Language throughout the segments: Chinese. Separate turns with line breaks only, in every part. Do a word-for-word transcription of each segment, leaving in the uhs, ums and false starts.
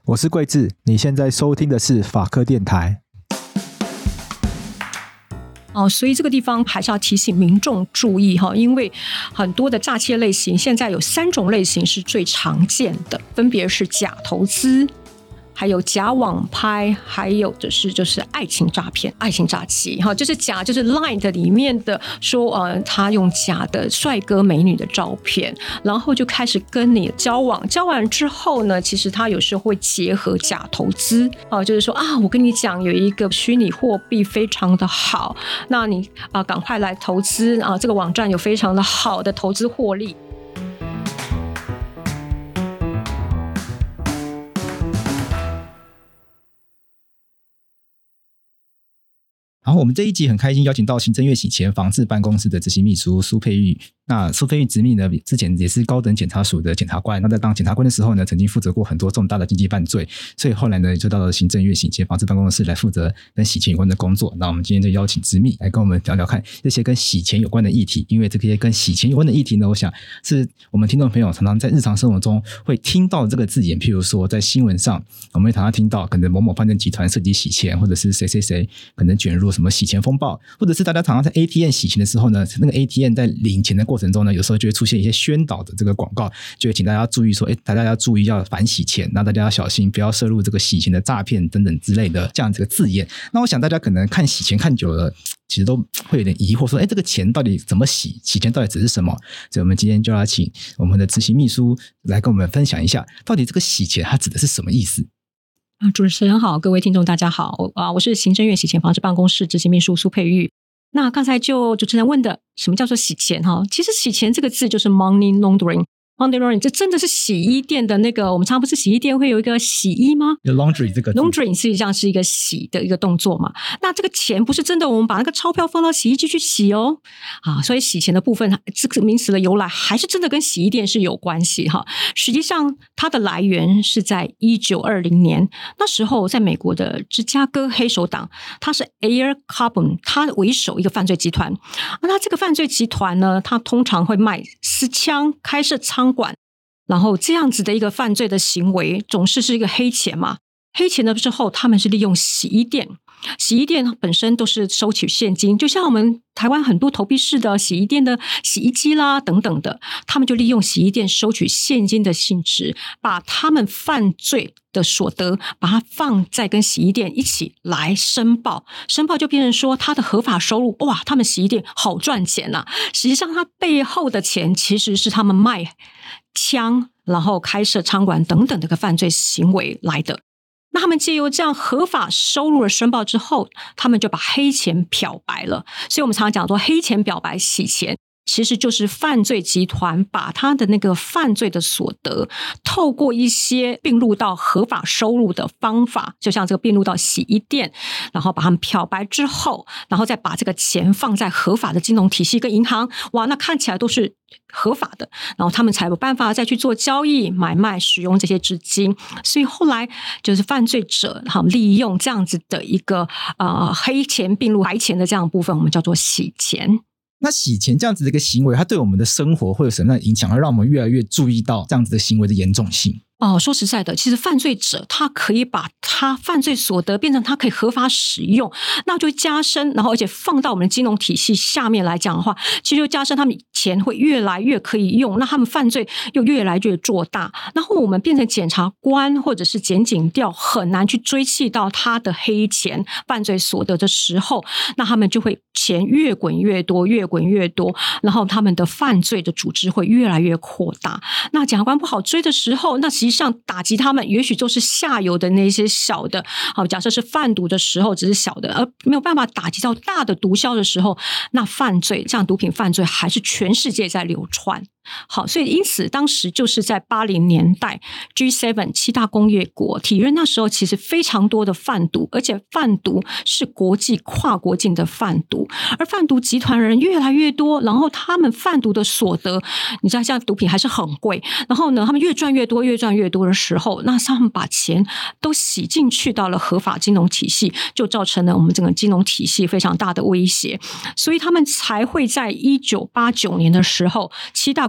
我是桂智，你现在收听的是法科电台。
哦，所以这个地方还是要提醒民众注意哈，因为很多的诈骗类型，现在有三种类型是最常见的，分别是假投资，还有假网拍，还有的是就是爱情诈骗、爱情诈欺哈，就是假就是 Line 的里面的说呃，他用假的帅哥美女的照片，然后就开始跟你交往，交往之后呢，其实他有时候会结合假投资啊、呃，就是说啊，我跟你讲有一个虚拟货币非常的好，那你啊、呃、赶快来投资啊、呃，这个网站有非常的好的投资获利。
然后我们这一集很开心邀请到行政院洗钱防治办公室的执行秘书苏佩玉。那苏佩玉执秘呢，之前也是高等检察署的检察官，那在当检察官的时候呢，曾经负责过很多重大的经济犯罪，所以后来呢就到了行政院洗钱防治办公室来负责跟洗钱有关的工作。那我们今天就邀请执秘来跟我们聊聊看这些跟洗钱有关的议题，因为这些跟洗钱有关的议题呢，我想是我们听众朋友常常在日常生活中会听到这个字眼，譬如说在新闻上我们会常常听到可能某某犯罪集团涉及洗钱，或者是谁谁谁可能卷入什么洗钱风暴，或者是大家常常在 A T M 洗钱的时候呢，那个 A T M 在领钱的过程中呢，有时候就会出现一些宣导的这个广告，就会请大家注意说，诶，大家要注意要反洗钱，那大家要小心不要涉入这个洗钱的诈骗等等之类的这样子的字眼。那我想大家可能看洗钱看久了，其实都会有点疑惑说，诶，这个钱到底怎么洗？洗钱到底指的是什么？所以我们今天就要请我们的执行秘书来跟我们分享一下，到底这个洗钱它指的是什么意思？
啊，主持人好，各位听众大家好啊，我是行政院洗钱防治办公室执行秘书苏佩玉。那刚才就主持人问的，什么叫做洗钱哈？其实洗钱这个字就是 money laundering。Money laundering 这真的是洗衣店的那个，我们常常不是洗衣店会有一个洗衣吗？
laundry 这个
laundry 实际上是一个洗的一个动作嘛。那这个钱不是真的我们把那个钞票放到洗衣机去洗哦，啊，所以洗钱的部分这个名词的由来还是真的跟洗衣店是有关系哈。实际上它的来源是在一九二零年，那时候在美国的芝加哥黑手党，它是 Al Capone 他为首一个犯罪集团。那这个犯罪集团呢，它通常会卖私枪、开设仓管，然后这样子的一个犯罪的行为总是是一个黑钱嘛。黑钱的之后他们是利用洗衣店，洗衣店本身都是收取现金，就像我们台湾很多投币式的洗衣店的洗衣机啦等等的，他们就利用洗衣店收取现金的性质，把他们犯罪的所得把它放在跟洗衣店一起来申报，申报就变成说他的合法收入，哇，他们洗衣店好赚钱啊。实际上他背后的钱其实是他们卖枪然后开设仓管等等的个犯罪行为来的。那他们借由这样合法收入的申报之后，他们就把黑钱漂白了。所以我们常常讲说黑钱漂白洗钱，其实就是犯罪集团把他的那个犯罪的所得透过一些并入到合法收入的方法，就像这个并入到洗衣店，然后把他们漂白之后，然后再把这个钱放在合法的金融体系跟银行，哇，那看起来都是合法的，然后他们才有办法再去做交易买卖使用这些资金。所以后来就是犯罪者利用这样子的一个呃黑钱并入白钱的这样的部分，我们叫做洗钱。
那洗钱这样子的一个行为，它对我们的生活会有什么样的影响，而让我们越来越注意到这样子的行为的严重性？
哦，说实在的，其实犯罪者他可以把他犯罪所得变成他可以合法使用，那就加深，然后而且放到我们的金融体系下面来讲的话，其实就加深他们钱会越来越可以用，那他们犯罪又越来越做大，然后我们变成检察官或者是检警调很难去追溯到他的黑钱犯罪所得的时候，那他们就会钱越滚越多越滚越多，然后他们的犯罪的组织会越来越扩大。那检察官不好追的时候，那实际上打击他们也许就是下游的那些小的，好，假设是贩毒的时候只是小的，而没有办法打击到大的毒枭的时候，那犯罪像毒品犯罪还是全世界在流窜。好，所以因此当时就是在八零年代 G 七 七大工业国体认那时候其实非常多的贩毒，而且贩毒是国际跨国境的贩毒，而贩毒集团人越来越多，然后他们贩毒的所得，你知道像毒品还是很贵，然后呢他们越赚越多越赚越多的时候，那他们把钱都洗进去到了合法金融体系，就造成了我们整个金融体系非常大的威胁，所以他们才会在一九八九年的时候七大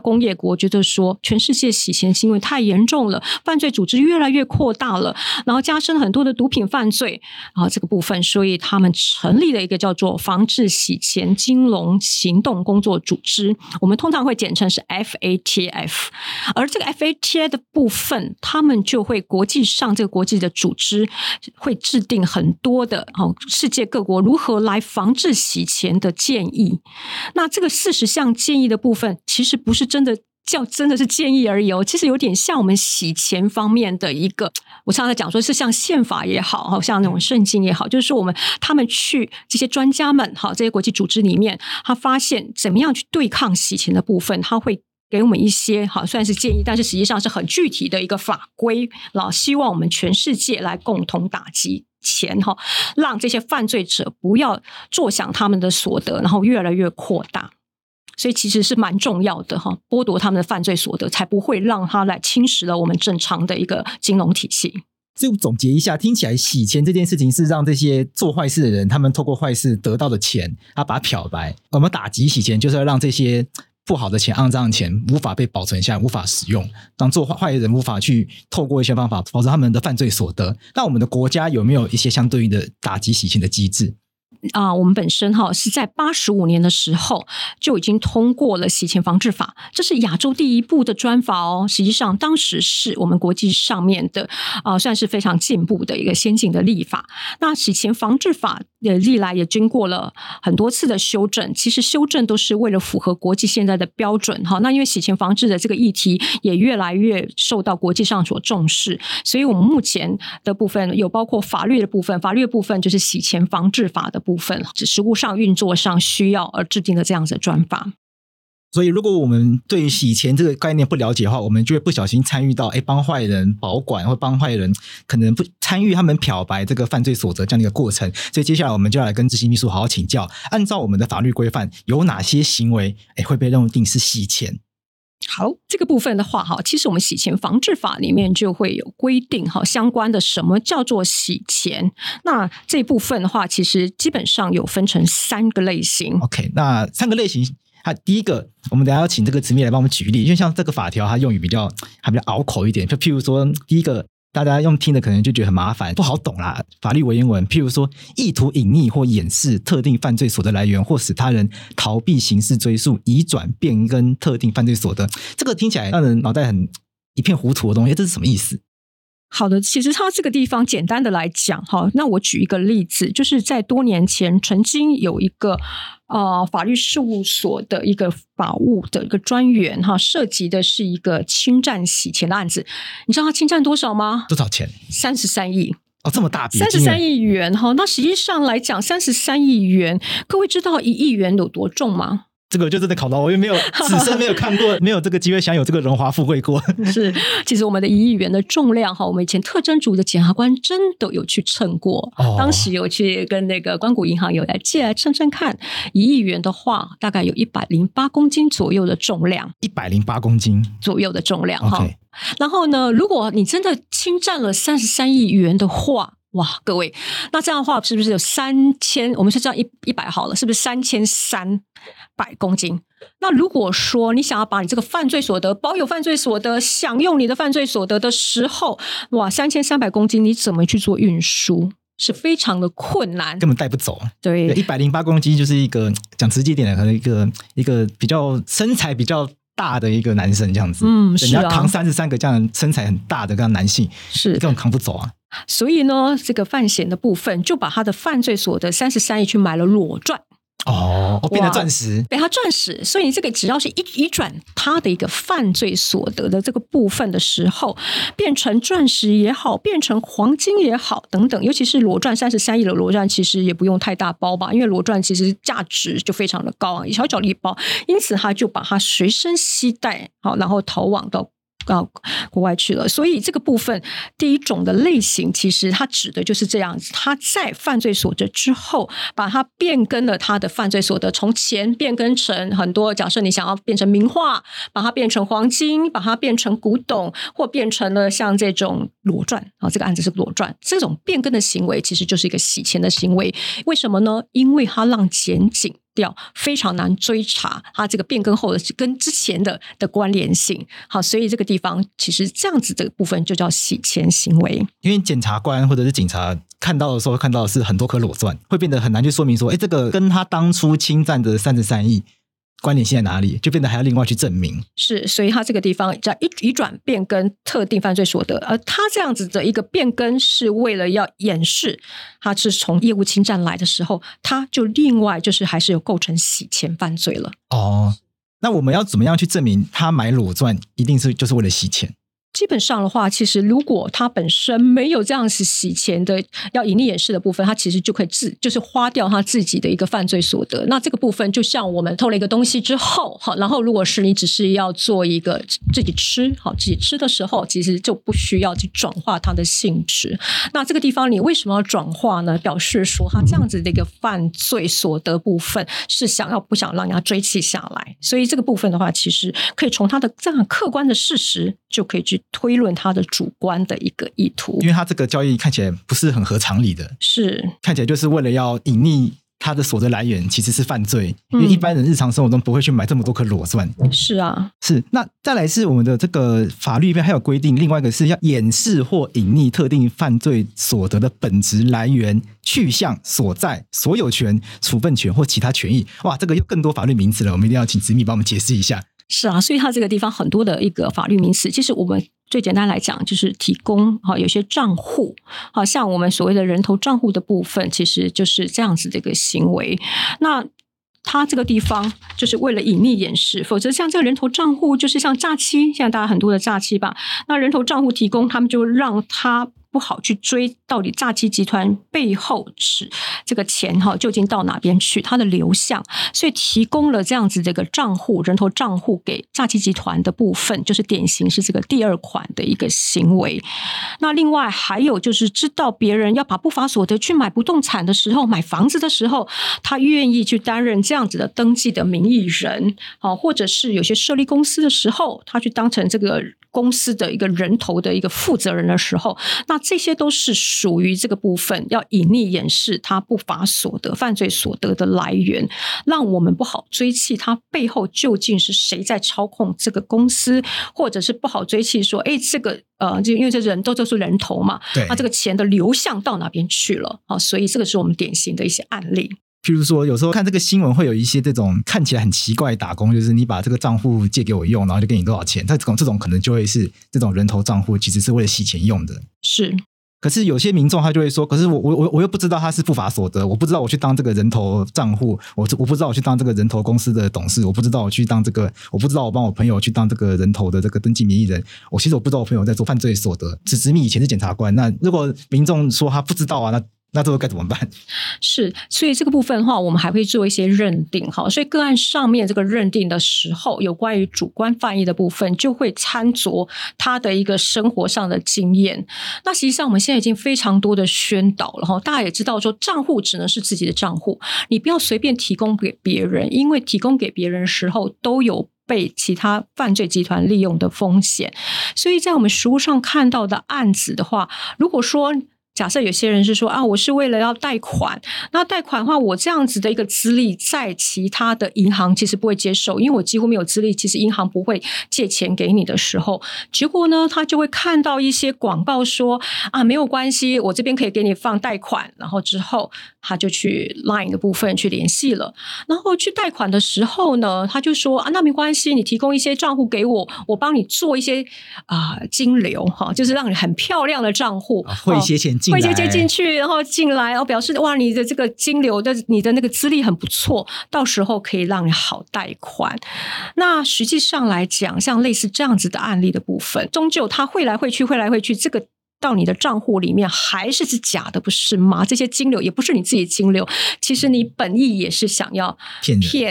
工业国觉得说全世界洗钱行为太严重了，犯罪组织越来越扩大了，然后加深很多的毒品犯罪啊这个部分，所以他们成立了一个叫做防治洗钱金融行动工作组织，我们通常会简称是 F A T F。 而这个 F A T F 的部分，他们就会国际上这个国际的组织会制定很多的、哦、世界各国如何来防治洗钱的建议。那这个四十项建议的部分其实不是真的叫真的是建议而已哦，其实有点像我们洗钱方面的一个，我常常讲说是像宪法也好，像那种圣经也好，就是说我们他们去这些专家们这些国际组织里面，他发现怎么样去对抗洗钱的部分，他会给我们一些好算是建议，但是实际上是很具体的一个法规，希望我们全世界来共同打击钱，让这些犯罪者不要坐享他们的所得，然后越来越扩大。所以其实是蛮重要的哈，剥夺他们的犯罪所得，才不会让他来侵蚀了我们正常的一个金融体系。
所以总结一下，听起来洗钱这件事情是让这些做坏事的人，他们透过坏事得到的钱，他把它漂白。我们打击洗钱就是要让这些不好的钱、肮脏的钱无法被保存下来，无法使用，让做坏的人无法去透过一些方法保持他们的犯罪所得。那我们的国家有没有一些相对应的打击洗钱的机制？
啊、呃，我们本身哈是在八十五年的时候就已经通过了洗钱防治法，这是亚洲第一部的专法哦。实际上，当时是我们国际上面的啊、呃，算是非常进步的一个先进的立法。那洗钱防治法的历来也经过了很多次的修正，其实修正都是为了符合国际现在的标准哈。那因为洗钱防治的这个议题也越来越受到国际上所重视，所以我们目前的部分有包括法律的部分，法律的部分就是洗钱防治法的部分，实务上运作上需要而制定的这样子的专法。
所以如果我们对于洗钱这个概念不了解的话，我们就会不小心参与到诶帮坏人保管，或帮坏人可能不参与他们漂白这个犯罪所得这样的一个过程。所以接下来我们就要来跟执行秘书好好请教，按照我们的法律规范，有哪些行为诶会被认定是洗钱？
好，这个部分的话哈，其实我们洗钱防治法里面就会有规定哈，相关的什么叫做洗钱。那这部分的话，其实基本上有分成三个类型。
OK， 那三个类型，它第一个，我们等一下要请这个执秘来帮我们举例，因为像这个法条它用语比较还比较拗口一点，就譬如说第一个。大家用听的可能就觉得很麻烦，不好懂啦。法律文言文，譬如说意图隐匿或掩饰特定犯罪所得来源，或使他人逃避刑事追诉，移转变更特定犯罪所得，这个听起来让人脑袋很一片糊涂的东西，这是什么意思？
好的，其实它这个地方简单的来讲哈，那我举一个例子，就是在多年前曾经有一个呃法律事务所的一个法务的一个专员哈，涉及的是一个侵占洗钱的案子。你知道他侵占多少吗？
多少钱？
三十三亿。
哦，这么大笔，
三十三亿元哈。那实际上来讲，三十三亿元，各位知道一亿元有多重吗？
这个就真的考到我，因为没有此生没有看过，没有这个机会享有这个荣华富贵过。
是，其实我们的一亿元的重量哈，我们以前特侦组的检察官真的有去称过，哦、当时有去跟那个官股银行有来借来称称看，一亿元的话，大概有一百零八公斤左右的重量，
一百零八公斤
左右的重量哈。
Okay.
然后呢，如果你真的侵占了三十三亿元的话。哇，各位，那这样的话是不是有三千？我们是这样一一百好了，是不是三千三百公斤？那如果说你想要把你这个犯罪所得保有犯罪所得，享用你的犯罪所得的时候，哇，三千三百公斤，你怎么去做运输？是非常的困难，
根本带不走。
对，
一百零八公斤就是一个讲直接点的，可能一个一个比较身材比较大的一个男生这样子。
嗯，是啊，
人家扛三十三个这样身材很大的这样男性，
是
根本扛不走啊。
所以呢，这个犯险的部分就把他的犯罪所得三十三亿去买了裸钻。
哦，变成钻石，
被他钻石，所以这个只要是一移转他的一个犯罪所得的这个部分的时候，变成钻石也好，变成黄金也好等等，尤其是裸钻三十三亿的裸钻，其实也不用太大包吧，因为裸钻其实价值就非常的高啊，小小的一包，因此他就把它随身携带，好，然后逃往到到国外去了。所以这个部分第一种的类型其实它指的就是这样子，他在犯罪所得之后把它变更了，他的犯罪所得从钱变更成很多，假设你想要变成名画，把它变成黄金，把它变成古董，或变成了像这种裸钻，这个案子是裸钻，这种变更的行为其实就是一个洗钱的行为。为什么呢？因为它让检警掉，非常难追查它这个变更后的跟之前的的关联性。好，所以这个地方其实这样子的部分就叫洗钱行为。
因为检察官或者是警察看到的时候看到的是很多颗裸钻，会变得很难去说明说，哎，这个跟他当初侵占的三十三亿关联性在哪里，就变得还要另外去证明。
是，所以他这个地方叫移转变更特定犯罪所得，而他这样子的一个变更是为了要掩饰他是从业务侵占来的时候，他就另外就是还是有构成洗钱犯罪了。
哦，那我们要怎么样去证明他买裸钻一定是就是为了洗钱？
基本上的话，其实如果他本身没有这样子洗钱的要隐匿掩饰的部分，他其实就可以自就是花掉他自己的一个犯罪所得。那这个部分就像我们偷了一个东西之后，好，然后如果是你只是要做一个自己吃，好，自己吃的时候，其实就不需要去转化它的性质。那这个地方你为什么要转化呢？表示说他这样子的一个犯罪所得部分是想要不想让人家追记下来，所以这个部分的话，其实可以从他的这样客观的事实就可以去推论他的主观的一个意图。
因为他这个交易看起来不是很合常理的，
是
看起来就是为了要隐匿他的所得来源其实是犯罪，因为一般人日常生活中不会去买这么多颗裸钻。
是啊，
是。那再来是我们的这个法律里面还有规定，另外一个是要掩饰或隐匿特定犯罪所得的本质来源、去向、所在、所有权、处分权或其他权益。哇，这个又更多法律名词了，我们一定要请子密帮我们解释一下。
是啊，所以它这个地方很多的一个法律名词，其实我们最简单来讲就是提供有些账户，好像我们所谓的人头账户的部分，其实就是这样子的一个行为。那它这个地方就是为了隐匿掩饰，否则像这个人头账户就是像诈欺，现在大家很多的诈欺吧，那人头账户提供他们就让他不好去追到底诈欺集团背后是这个钱究竟到哪边去，它的流向，所以提供了这样子这个账户人头账户给诈欺集团的部分，就是典型是这个第二款的一个行为。那另外还有就是知道别人要把不法所得去买不动产的时候，买房子的时候，他愿意去担任这样子的登记的名义人，或者是有些设立公司的时候，他去当成这个公司的一个人头的一个负责人的时候，那这些都是属于这个部分要隐匿掩饰他不法所得犯罪所得的来源，让我们不好追溯他背后究竟是谁在操控这个公司，或者是不好追溯说诶这个呃，因为这人都就是人头嘛，那这个钱的流向到哪边去了，所以这个是我们典型的一些案例。
譬如说有时候看这个新闻会有一些这种看起来很奇怪的打工，就是你把这个账户借给我用，然后就给你多少钱，这种这种可能就会是这种人头账户其实是为了洗钱用的。
是，
可是有些民众他就会说，可是我我我又不知道他是不法所得，我不知道我去当这个人头账户，我我不知道我去当这个人头公司的董事，我不知道我去当这个，我不知道我帮我朋友去当这个人头的这个登记名义人，我其实我不知道我朋友在做犯罪所得。子密以前是检察官，那如果民众说他不知道啊，那那这个该怎么办？
是，所以这个部分的话，我们还会做一些认定哈。所以个案上面这个认定的时候，有关于主观犯意的部分，就会参酌他的一个生活上的经验。那实际上我们现在已经非常多的宣导了哈，大家也知道说，账户只能是自己的账户，你不要随便提供给别人，因为提供给别人的时候都有被其他犯罪集团利用的风险。所以在我们实务上看到的案子的话，如果说假设有些人是说啊，我是为了要贷款，那贷款的话，我这样子的一个资历在其他的银行其实不会接受，因为我几乎没有资历，其实银行不会借钱给你的时候，结果呢，他就会看到一些广告说啊，没有关系，我这边可以给你放贷款，然后之后他就去 Line 的部分去联系了，然后去贷款的时候呢，他就说啊，那没关系，你提供一些账户给我，我帮你做一些啊、呃、金流哈，就是让你很漂亮的账户，
汇一些钱进来，
汇一些钱进去，然后进来，然后表示哇，你的这个金流的，你的那个资历很不错，到时候可以让你好贷款。那实际上来讲，像类似这样子的案例的部分，终究他汇来汇去，汇来汇去，这个到你的账户里面还是是假的，不是吗？这些金流也不是你自己金流，其实你本意也是想要骗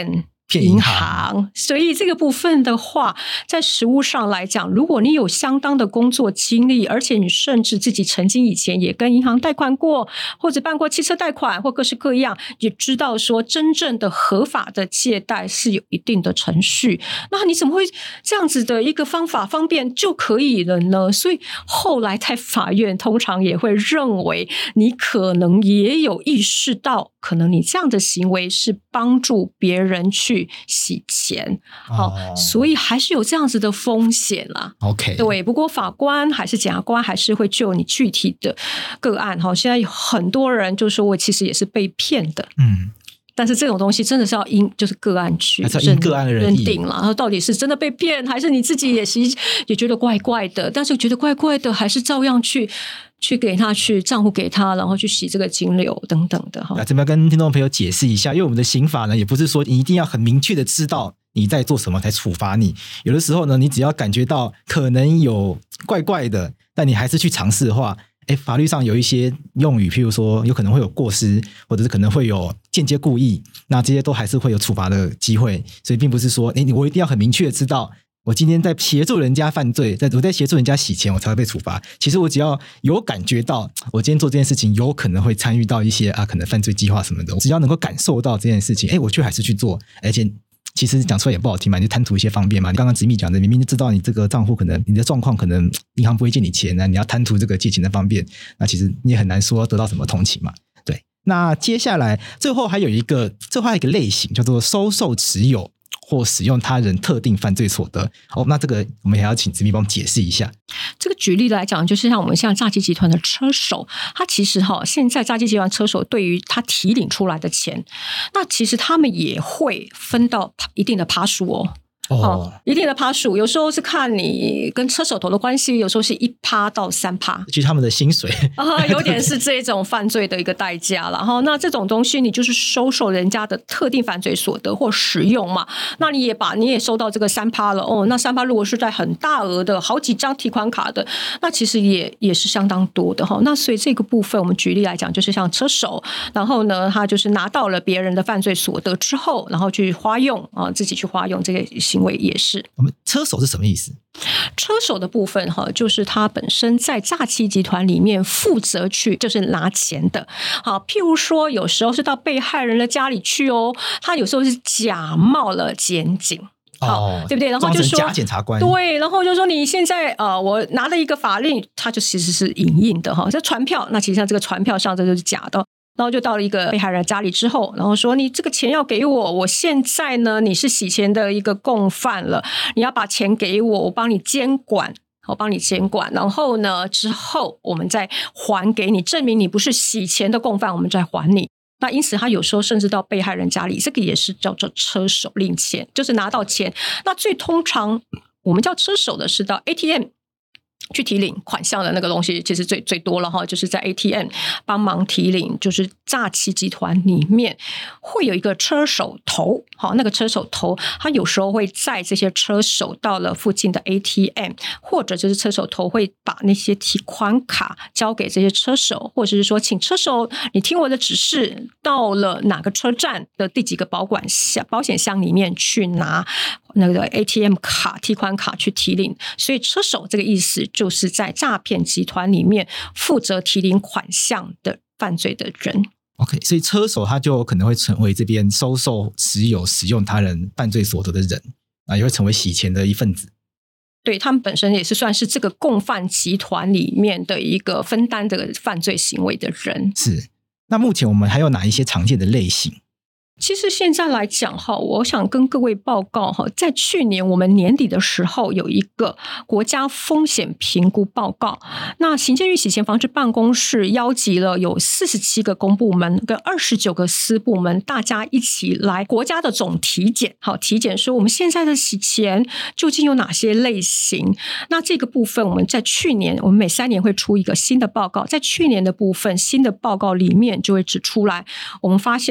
骗
银
行。
行，所以这个部分的话，在实务上来讲，如果你有相当的工作经历，而且你甚至自己曾经以前也跟银行贷款过，或者办过汽车贷款，或各式各样，也知道说真正的合法的借贷是有一定的程序，那你怎么会这样子的一个方法方便就可以了呢？所以后来在法院通常也会认为你可能也有意识到，可能你这样的行为是帮助别人去洗钱，哦哦、所以还是有这样子的风险啦。
OK，
对，不过法官还是检察官还是会就你具体的个案，哈，现在有很多人就说我其实也是被骗的，嗯。但是这种东西真的是要因就是个案去
还是要因个案而
认定了，然后到底是真的被骗，还是你自己也是也觉得怪怪的，但是觉得怪怪的，还是照样去去给他去账户给他，然后去洗这个金流等等的哈。
这边跟听众朋友解释一下，因为我们的刑法呢，也不是说你一定要很明确的知道你在做什么才处罚你，有的时候呢，你只要感觉到可能有怪怪的，但你还是去尝试的话。诶，法律上有一些用语，譬如说有可能会有过失，或者是可能会有间接故意，那这些都还是会有处罚的机会，所以并不是说诶我一定要很明确的知道我今天在协助人家犯罪，在我在协助人家洗钱我才会被处罚。其实我只要有感觉到我今天做这件事情有可能会参与到一些啊可能犯罪计划什么的，只要能够感受到这件事情，诶我却还是去做，而且其实讲出来也不好听嘛，你就贪图一些方便嘛。你刚刚执秘讲的，明明就知道你这个账户可能你的状况可能银行不会借你钱啊，你要贪图这个借钱的方便，那其实你也很难说得到什么同情嘛。对，那接下来最后还有一个最后还有一个类型叫做收受持有或使用他人特定犯罪所得。哦，那这个我们也要请执秘帮我们解释一下。
这个举例来讲，就是像我们像诈欺集团的车手，他其实哈，现在诈欺集团车手对于他提领出来的钱，那其实他们也会分到一定的趴数哦。哦，一定的趴数，有时候是看你跟车手头的关系，有时候是一趴到三趴，
就是他们的薪水
啊，有点是这种犯罪的一个代价了哈。那这种东西你就是收受人家的特定犯罪所得或使用嘛，那你也把你也收到这个三趴了哦。那三趴如果是在很大额的好几张提款卡的，那其实也也是相当多的哈。那所以这个部分我们举例来讲，就是像车手，然后呢，他就是拿到了别人的犯罪所得之后，然后去花用啊，自己去花用这个。行为也是。
我们车手是什么意思？
车手的部分哈，就是他本身在诈欺集团里面负责去就是拿钱的。好，譬如说有时候是到被害人的家里去哦，他有时候是假冒了检警。好，哦、对不对？然后就说
假检察官，
对，然后就说你现在呃，我拿了一个法令，它就其实是影印的哈，这传票，那其实上这个传票上这就是假的。然后就到了一个被害人家里之后，然后说你这个钱要给我，我现在呢你是洗钱的一个共犯了，你要把钱给我，我帮你监管，我帮你监管，然后呢之后我们再还给你，证明你不是洗钱的共犯，我们再还你。那因此他有时候甚至到被害人家里，这个也是叫做车手领钱，就是拿到钱。那最通常我们叫车手的是到 A T M去提领款项的那个东西，其实最最多了哈，就是在 A T M 帮忙提领，就是诈欺集团里面会有一个车手头，好，那个车手头，他有时候会载这些车手到了附近的 A T M， 或者就是车手头会把那些提款卡交给这些车手，或者是说，请车手你听我的指示，到了哪个车站的第几个保管箱、保险箱里面去拿那个 A T M 卡、提款卡去提领。所以车手这个意思就是在诈骗集团里面负责提领款项的犯罪的人。
OK， 所以车手他就可能会成为这边收受、持有、使用他人犯罪所得的人啊，也会成为洗钱的一份子。
对，他们本身也是算是这个共犯集团里面的一个分担这个犯罪行为的人。
是。那目前我们还有哪一些常见的类型？
其实现在来讲哈，我想跟各位报告哈，在去年我们年底的时候有一个国家风险评估报告，那行政院洗钱防治办公室邀集了有四十七个公部门跟二十九个私部门，大家一起来国家的总体检，好，体检说我们现在的洗钱究竟有哪些类型。那这个部分我们在去年，我们每三年会出一个新的报告，在去年的部分新的报告里面就会指出来，我们发现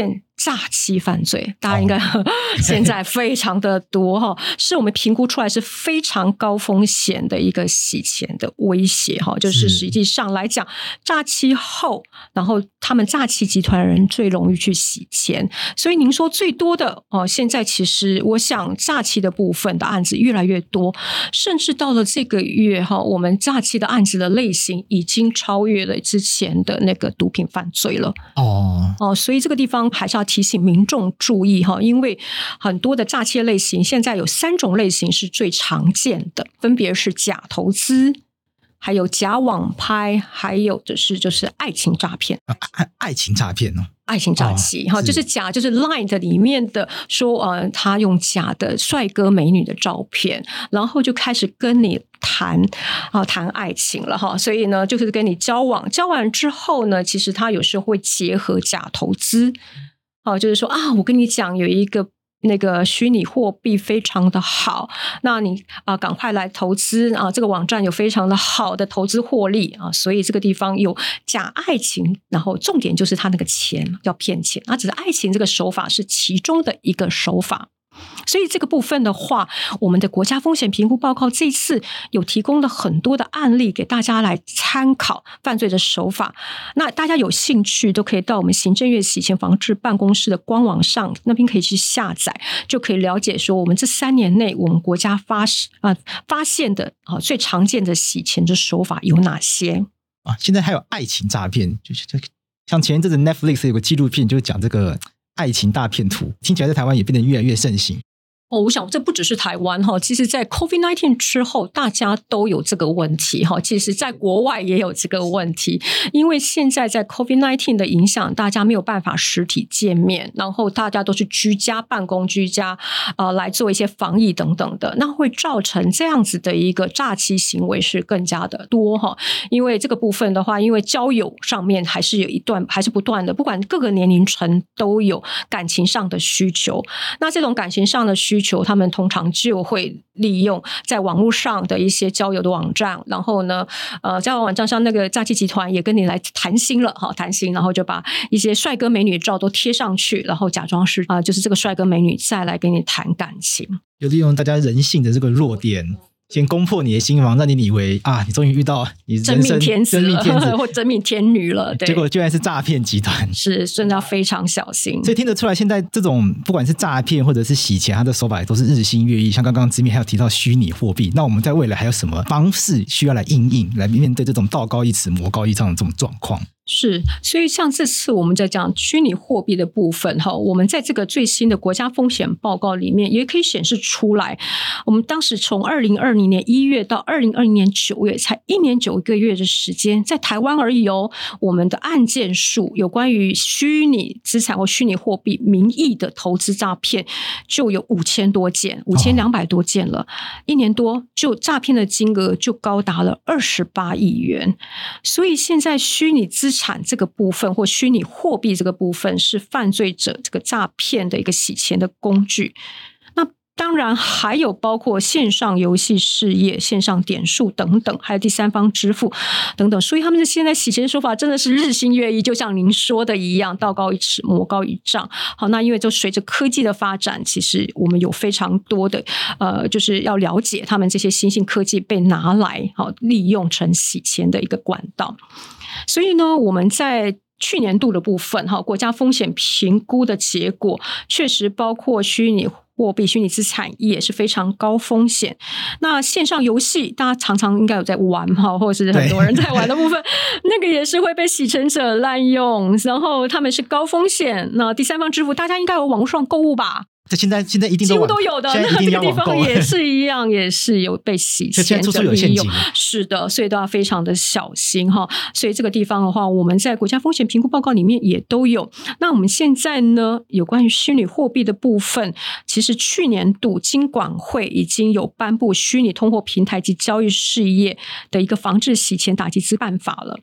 诈欺犯罪，大家应该、哦、现在非常的多哈，是我们评估出来是非常高风险的一个洗钱的威胁哈，就是实际上来讲，诈欺后，然后他们诈欺集团人最容易去洗钱，所以您说最多的哦，现在其实我想诈欺的部分的案子越来越多，甚至到了这个月哈，我们诈欺的案子的类型已经超越了之前的那个毒品犯罪了哦哦，所以这个地方还是要提醒民众注意哈，因为很多的诈欺类型现在有三种类型是最常见的，分别是假投资，还有假网拍，还有的是就是爱情诈骗。
啊、爱, 爱情诈骗哦，
爱情诈欺哈、哦，就是假，就是 Line 的里面的说，呃，他用假的帅哥美女的照片，然后就开始跟你谈啊谈爱情了哈，所以呢，就是跟你交往，交往之后呢，其实他有时候会结合假投资，哦、啊，就是说啊，我跟你讲有一个。那个虚拟货币非常的好，那你啊、呃、赶快来投资啊！这个网站有非常的好的投资获利啊，所以这个地方有假爱情，然后重点就是他那个钱要骗钱，那只是爱情这个手法是其中的一个手法。所以这个部分的话，我们的国家风险评估报告这次有提供了很多的案例给大家来参考犯罪的手法，那大家有兴趣都可以到我们行政院洗钱防治办公室的官网上，那边可以去下载，就可以了解说我们这三年内我们国家发、呃、发现的、呃、最常见的洗钱的手法有哪些
啊？现在还有爱情诈骗，就是像前一阵子 Netflix 有个纪录片就是讲这个爱情大骗图，听起来在台湾也变得越来越盛行。
哦，我想这不只是台湾哈，其实在 COVID 十九 之后大家都有这个问题哈，其实在国外也有这个问题，因为现在在 COVID 十九 的影响，大家没有办法实体见面，然后大家都是居家办公居家呃来做一些防疫等等的，那会造成这样子的一个诈欺行为是更加的多哈，因为这个部分的话，因为交友上面还是有一段还是不断的，不管各个年龄层都有感情上的需求，那这种感情上的需求需求，他们通常就会利用在网络上的一些交友的网站，然后呢，呃，交友网站上那个诈欺集团也跟你来谈心了，哈，谈心，然后就把一些帅哥美女照都贴上去，然后假装是啊、呃，就是这个帅哥美女再来跟你谈感情，
有利用大家人性的这个弱点。先攻破你的心房，让你以为啊，你终于遇到你人生
真命天子了，
真命天子
或真命天女了，对，
结果居然是诈骗集团，
是真的要非常小心。
所以听得出来，现在这种不管是诈骗或者是洗钱，它的手法也都是日新月异。像刚刚之面还有提到虚拟货币，那我们在未来还有什么方式需要来因应，来面对这种道高一尺魔高一丈的这种状况？
是，所以像这次我们在讲虚拟货币的部分哈，我们在这个最新的国家风险报告里面也可以显示出来，我们当时从二零二零年一月到二零二零年九月，才一年九个月的时间，在台湾而已哦，我们的案件数有关于虚拟资产或虚拟货币名义的投资诈骗就有五千多件，五千两百多件了，哦、一年多就诈骗的金额就高达了二十八亿元，所以现在虚拟资产产这个部分或虚拟货币这个部分是犯罪者这个诈骗的一个洗钱的工具。那当然还有包括线上游戏事业、线上点数等等，还有第三方支付等等，所以他们现在洗钱手法真的是日新月异，就像您说的一样，道高一尺魔高一丈。好，那因为就随着科技的发展，其实我们有非常多的呃，就是要了解他们这些新兴科技被拿来好利用成洗钱的一个管道。所以呢，我们在去年度的部分哈，国家风险评估的结果确实包括虚拟货币、虚拟资产也是非常高风险。那线上游戏大家常常应该有在玩哈，或者是很多人在玩的部分，那个也是会被洗钱者滥用，然后他们是高风险。那第三方支付，大家应该有网络上购物吧？
这现在现在一定都
几乎都有的，那这个地方也是一样，也是有被洗钱者利用，是的，所以都要非常的小心哈。所以这个地方的话，我们在国家风险评估报告里面也都有。那我们现在呢，有关于虚拟货币的部分，其实去年度金管会已经有颁布虚拟通货平台及交易事业的一个防治洗钱打击之办法了。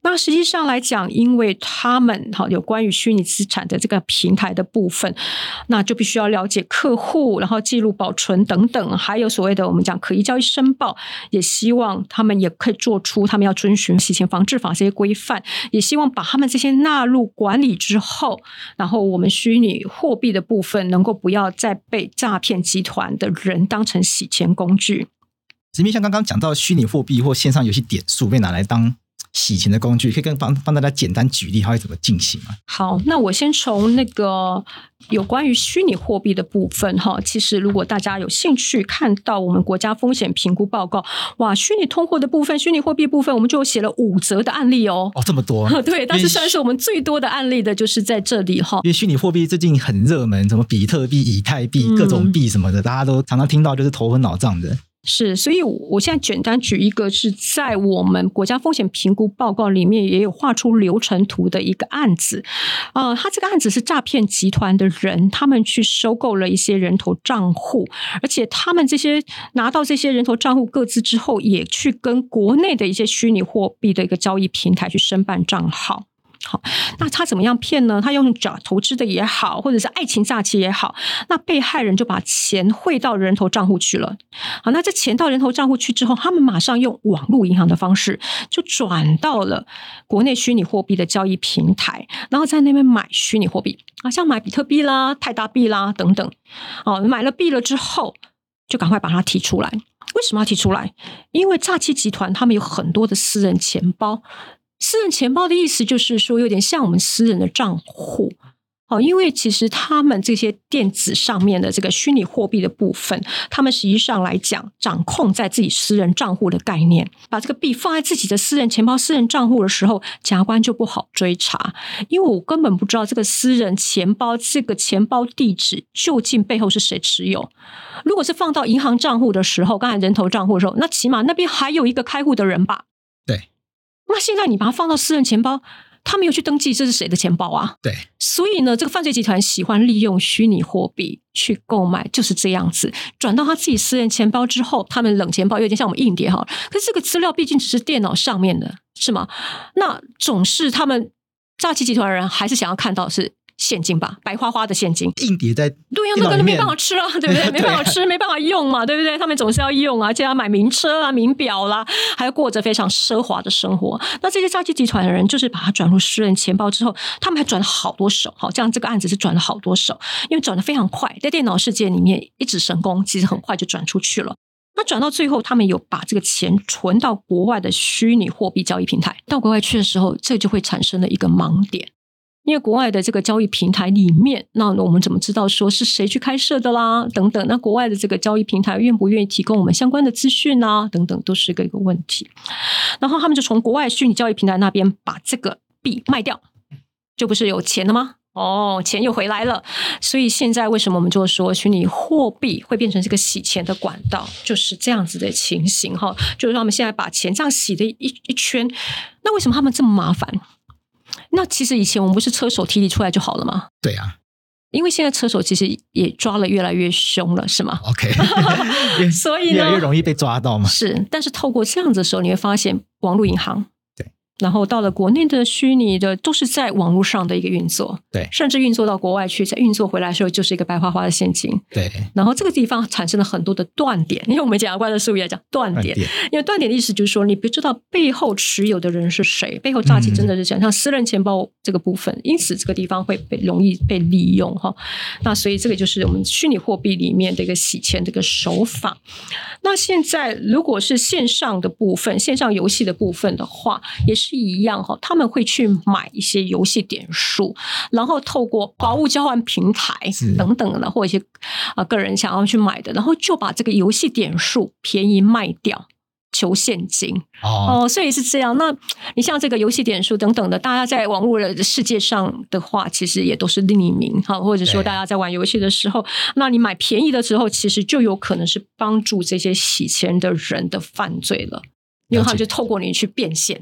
那实际上来讲，因为他们有关于虚拟资产的这个平台的部分，那就必须要了解客户，然后记录保存等等，还有所谓的我们讲可疑交易申报，也希望他们也可以做出他们要遵循洗钱防治法这些规范，也希望把他们这些纳入管理之后，然后我们虚拟货币的部分能够不要再被诈骗集团的人当成洗钱工具。
子明像刚刚讲到虚拟货币或线上游戏点数被拿来当洗钱的工具，可以跟帮帮大家简单举例它会怎么进行吗？
好，那我先从那个有关于虚拟货币的部分哈，其实如果大家有兴趣看到我们国家风险评估报告，哇，虚拟通货的部分、虚拟货币部分，我们就写了五则的案例哦。
哦，这么多？
对，但是算是我们最多的案例的就是在这里哈。
因为虚拟货币最近很热门，什么比特币、以太币、各种币什么的，嗯、大家都常常听到，就是头昏脑胀的。
是，所以我现在简单举一个是在我们国家风险评估报告里面也有画出流程图的一个案子。呃，他这个案子是诈骗集团的人，他们去收购了一些人头账户，而且他们这些拿到这些人头账户个资之后，也去跟国内的一些虚拟货币的一个交易平台去申办账号。好，那他怎么样骗呢？他用假投资的也好，或者是爱情诈欺也好，那被害人就把钱汇到人头账户去了。好，那这钱到人头账户去之后，他们马上用网络银行的方式就转到了国内虚拟货币的交易平台，然后在那边买虚拟货币啊，像买比特币啦、泰达币啦等等。哦，买了币了之后，就赶快把它提出来。为什么要提出来？因为诈欺集团他们有很多的私人钱包。私人钱包的意思就是说有点像我们私人的账户。哦，因为其实他们这些电子上面的这个虚拟货币的部分，他们实际上来讲掌控在自己私人账户的概念，把这个币放在自己的私人钱包、私人账户的时候，检察官就不好追查，因为我根本不知道这个私人钱包这个钱包地址究竟背后是谁持有。如果是放到银行账户的时候，刚才人头账户的时候，那起码那边还有一个开户的人吧。
对。
那现在你把它放到私人钱包，他没有去登记这是谁的钱包啊？对，所以呢，这个犯罪集团喜欢利用虚拟货币去购买，就是这样子转到他自己私人钱包之后，他们冷钱包有点像我们硬碟哈，可是这个资料毕竟只是电脑上面的，是吗？那总是他们诈欺集团的人还是想要看到是现金吧，白花花的现金，
硬碟在
对呀、啊，那个没办法吃啊，对不对？没办法吃，没办法用嘛，对不对？他们总是要用啊，而且要买名车啊、名表啦，还要过着非常奢华的生活。那这些诈欺集团的人，就是把它转入私人钱包之后，他们还转了好多手，好，这样这个案子是转了好多手，因为转得非常快，在电脑世界里面一指神功，其实很快就转出去了。那转到最后，他们有把这个钱存到国外的虚拟货币交易平台，到国外去的时候，这就会产生了一个盲点。因为国外的这个交易平台里面，那我们怎么知道说是谁去开设的啦？等等，那国外的这个交易平台愿不愿意提供我们相关的资讯啊？等等，都是一个一个问题。然后他们就从国外虚拟交易平台那边把这个币卖掉，就不是有钱了吗？哦，钱又回来了。所以现在为什么我们就说虚拟货币会变成这个洗钱的管道，就是这样子的情形哈。就是他们现在把钱这样洗的一一圈，那为什么他们这么麻烦？那其实以前我们不是车手提离出来就好了吗？
对啊，
因为现在车手其实也抓了越来越凶了，是吗
？OK，
所以呢，
越来越容易被抓到嘛。
是，但是透过这样子的时候，你会发现网络银行，
对，
然后到了国内的虚拟的都是在网络上的一个运作，
对，
甚至运作到国外去，再运作回来的时候就是一个白花花的现金，
对。
然后这个地方产生了很多的断点，因为我们检察官的术语来讲断点，断点因为断点的意思就是说你不知道背后持有的人是谁，背后诈欺真的是讲、嗯、像私人钱包这个部分，因此这个地方会被容易被利用哈。那所以这个就是我们虚拟货币里面的一个洗钱的一个手法。那现在如果是线上的部分，线上游戏的部分的话，也是一样哈，他们会去买一些游戏点数，然后透过宝物交换平台等等的，或一些啊个人想要去买的，然后就把这个游戏点数便宜卖掉，求现金。哦, 哦，所以是这样。那你像这个游戏点数等等的，大家在网络的世界上的话，其实也都是匿名哈，或者说大家在玩游戏的时候，那你买便宜的时候，其实就有可能是帮助这些洗钱的人的犯罪了，因为他就透过你去变现。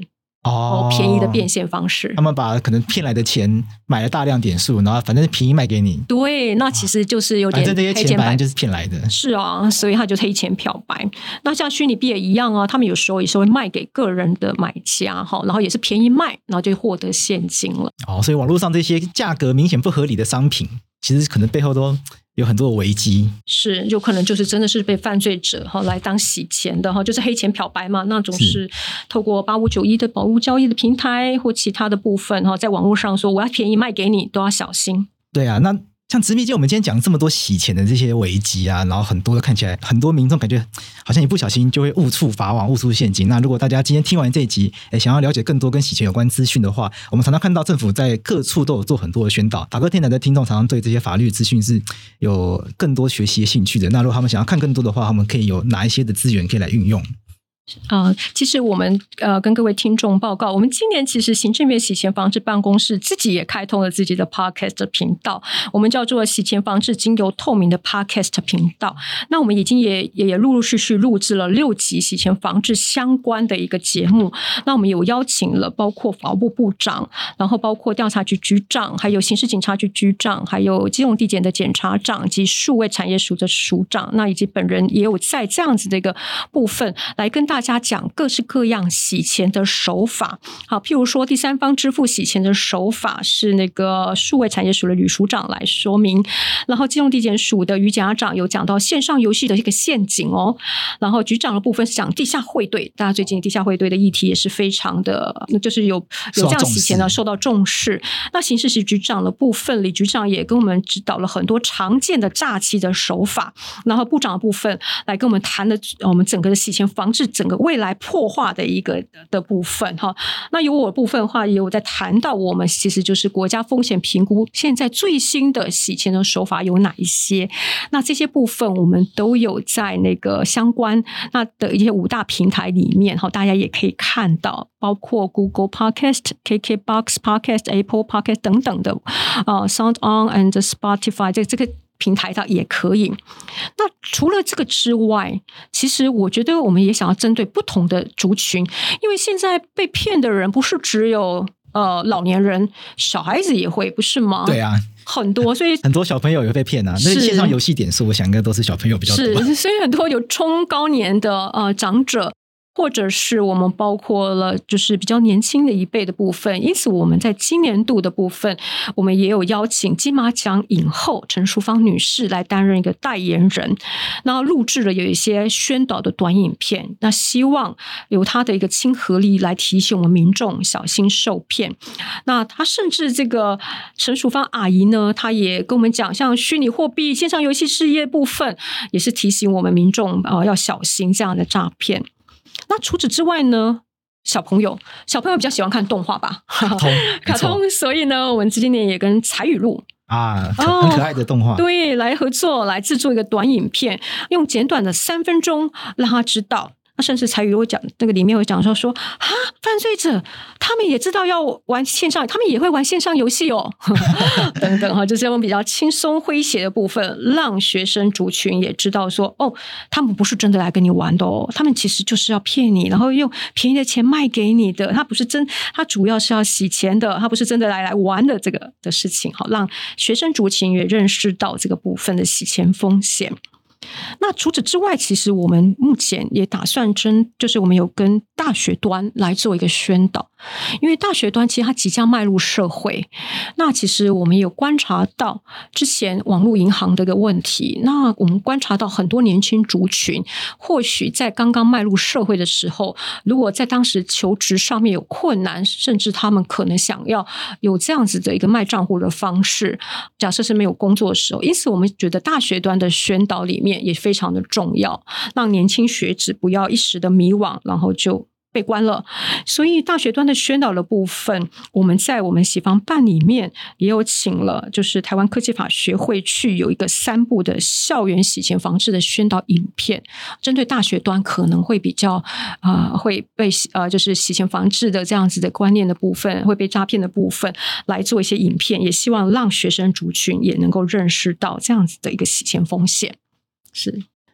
哦，
便宜的变现方式。
他们把可能骗来的钱买了大量点数，然后反正便宜卖给你。
对，那其实就是有点
反正这些钱本来就是骗来的。
是啊，所以他就黑钱漂白。那像虚拟币也一样啊，他们有时候也是会卖给个人的买家，然后也是便宜卖，然后就获得现金了。
哦，所以网络上这些价格明显不合理的商品，其实可能背后都有很多的危机，
是有可能就是真的是被犯罪者哈来当洗钱的哈，就是黑钱漂白嘛，那种是透过八五九一的宝物交易的平台或其他的部分哈，在网络上说我要便宜卖给你，都要小心。
对啊，那像殖民界我们今天讲这么多洗钱的这些危机啊，然后很多的看起来很多民众感觉好像一不小心就会误触法网误触陷阱。那如果大家今天听完这一集诶想要了解更多跟洗钱有关资讯的话，我们常常看到政府在各处都有做很多的宣导，法科电台的听众常常对这些法律资讯是有更多学习的兴趣的。那如果他们想要看更多的话，他们可以有哪一些的资源可以来运用？
呃，其实我们呃跟各位听众报告，我们今年其实行政院洗钱防治办公室自己也开通了自己的 Podcast 的频道，我们叫做洗钱防治经由透明的 Podcast 频道。那我们已经也也也陆陆续续录制了六集洗钱防治相关的一个节目。那我们有邀请了包括法务部部长，然后包括调查局局长，还有刑事警察局局长，还有基隆地检的检察长及数位产业署的署长，那以及本人也有在这样子的一个部分来跟大家大家讲各式各样洗钱的手法。好，譬如说第三方支付洗钱的手法是那个数位产业署的吕署长来说明，然后基隆地检署的于检察长有讲到线上游戏的一个陷阱哦，然后局长的部分是讲地下汇兑，大家最近地下汇兑的议题也是非常的，就是有有这样洗钱的受到重视。那刑事局局长的部分，李局长也跟我们指导了很多常见的诈欺的手法，然后部长的部分来跟我们谈了我们整个的洗钱防治整个未来破化的一个的部分哈。那有我的部分的话，也有在谈到我们其实就是国家风险评估现在最新的洗钱的手法有哪一些，那这些部分我们都有在那个相关那的一些五大平台里面哈，大家也可以看到，包括 Google Podcast、K K B O X Podcast、Apple Podcast 等等的呃 Sound On and Spotify 这这个平台上也可以。那除了这个之外，其实我觉得我们也想要针对不同的族群，因为现在被骗的人不是只有呃老年人，小孩子也会，不是吗？
对啊，
很多，所以
很多小朋友也被骗啊。那线上游戏点数，我想应该都是小朋友比较多。
是，所以很多有中高年的呃长者。或者是我们包括了就是比较年轻的一辈的部分，因此我们在今年度的部分，我们也有邀请金马奖影后陈淑芳女士来担任一个代言人，然后录制了有一些宣导的短影片，那希望由她的一个亲和力来提醒我们民众小心受骗。那她甚至这个陈淑芳阿姨呢，她也跟我们讲，像虚拟货币、线上游戏事业部分，也是提醒我们民众呃要小心这样的诈骗。那除此之外呢，小朋友小朋友比较喜欢看动画吧，
卡通
卡通，所以呢我们今年也跟彩语录
啊，很可爱的动画、哦、
对，来合作来制作一个短影片，用简短的三分钟让他知道。那甚至彩语会讲，那个里面会讲说说啊，犯罪者他们也知道要玩线上，他们也会玩线上游戏哦，等等哈，就是用比较轻松诙谐的部分，让学生族群也知道说，哦，他们不是真的来跟你玩的哦，他们其实就是要骗你，然后用便宜的钱卖给你的，他不是真，他主要是要洗钱的，他不是真的来来玩的这个的事情，好，让学生族群也认识到这个部分的洗钱风险。那除此之外，其实我们目前也打算真就是我们有跟大学端来做一个宣导，因为大学端其实它即将迈入社会，那其实我们有观察到之前网络银行的一个问题，那我们观察到很多年轻族群或许在刚刚迈入社会的时候，如果在当时求职上面有困难，甚至他们可能想要有这样子的一个卖账户的方式，假设是没有工作的时候，因此我们觉得大学端的宣导里面也非常的重要，让年轻学子不要一时的迷惘，然后就被关了。所以大学端的宣导的部分，我们在我们洗防办里面也有请了就是台湾科技法学会去有一个三部的校园洗钱防治的宣导影片，针对大学端可能会比较呃会被呃就是洗钱防治的这样子的观念的部分，会被诈骗的部分来做一些影片，也希望让学生族群也能够认识到这样子的一个洗钱风险。是，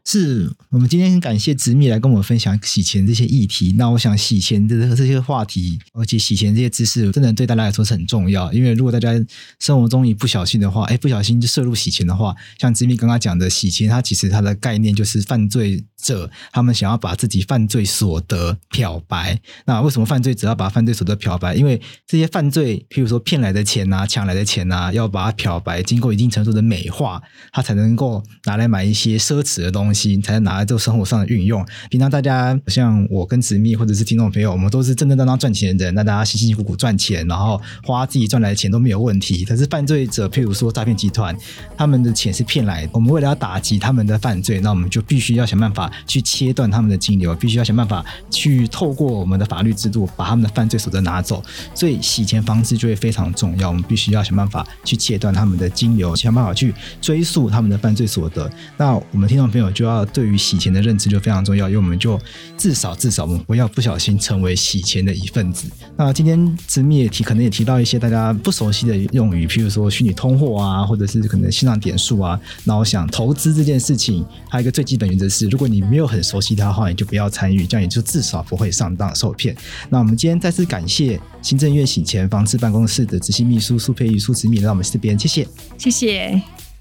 是我们今天很感谢执秘来跟我们分享洗钱这些议题。那我想洗钱的这些话题，而且洗钱这些知识，真的对大家来说是很重要。因为如果大家生活中一不小心的话，哎，不小心就涉入洗钱的话，像执秘刚刚讲的洗钱，它其实它的概念就是犯罪者他们想要把自己犯罪所得漂白。那为什么犯罪者要把犯罪所得漂白？因为这些犯罪，譬如说骗来的钱啊、抢来的钱啊，要把它漂白，经过一定程度的美化，它才能够拿来买一些奢侈的东西，才能拿来做生活上的运用。平常大家像我跟执秘或者是听众朋友，我们都是正正当当赚钱的人，那大家辛辛苦苦赚钱，然后花自己赚来的钱都没有问题。可是犯罪者，譬如说诈骗集团，他们的钱是骗来的，我们为了要打击他们的犯罪，那我们就必须要想办法去切断他们的金流，必须要想办法去透过我们的法律制度把他们的犯罪所得拿走。所以洗钱防治就会非常重要，我们必须要想办法去切断他们的金流，想办法去追溯他们的犯罪所得。那我们听众朋友就要对于洗钱的认知就非常重要，因为我们就至少至少我们不要不小心成为洗钱的一份子。那今天执秘也提可能也提到一些大家不熟悉的用语，譬如说虚拟通货啊，或者是可能线上点数啊。那我想投资这件事情还有一个最基本原则是，如果你没有很熟悉它的话，你就不要参与，这样你就至少不会上当受骗。那我们今天再次感谢行政院洗钱防治办公室的执行秘书苏佩瑜苏执秘来到我们这边，谢谢，
谢谢。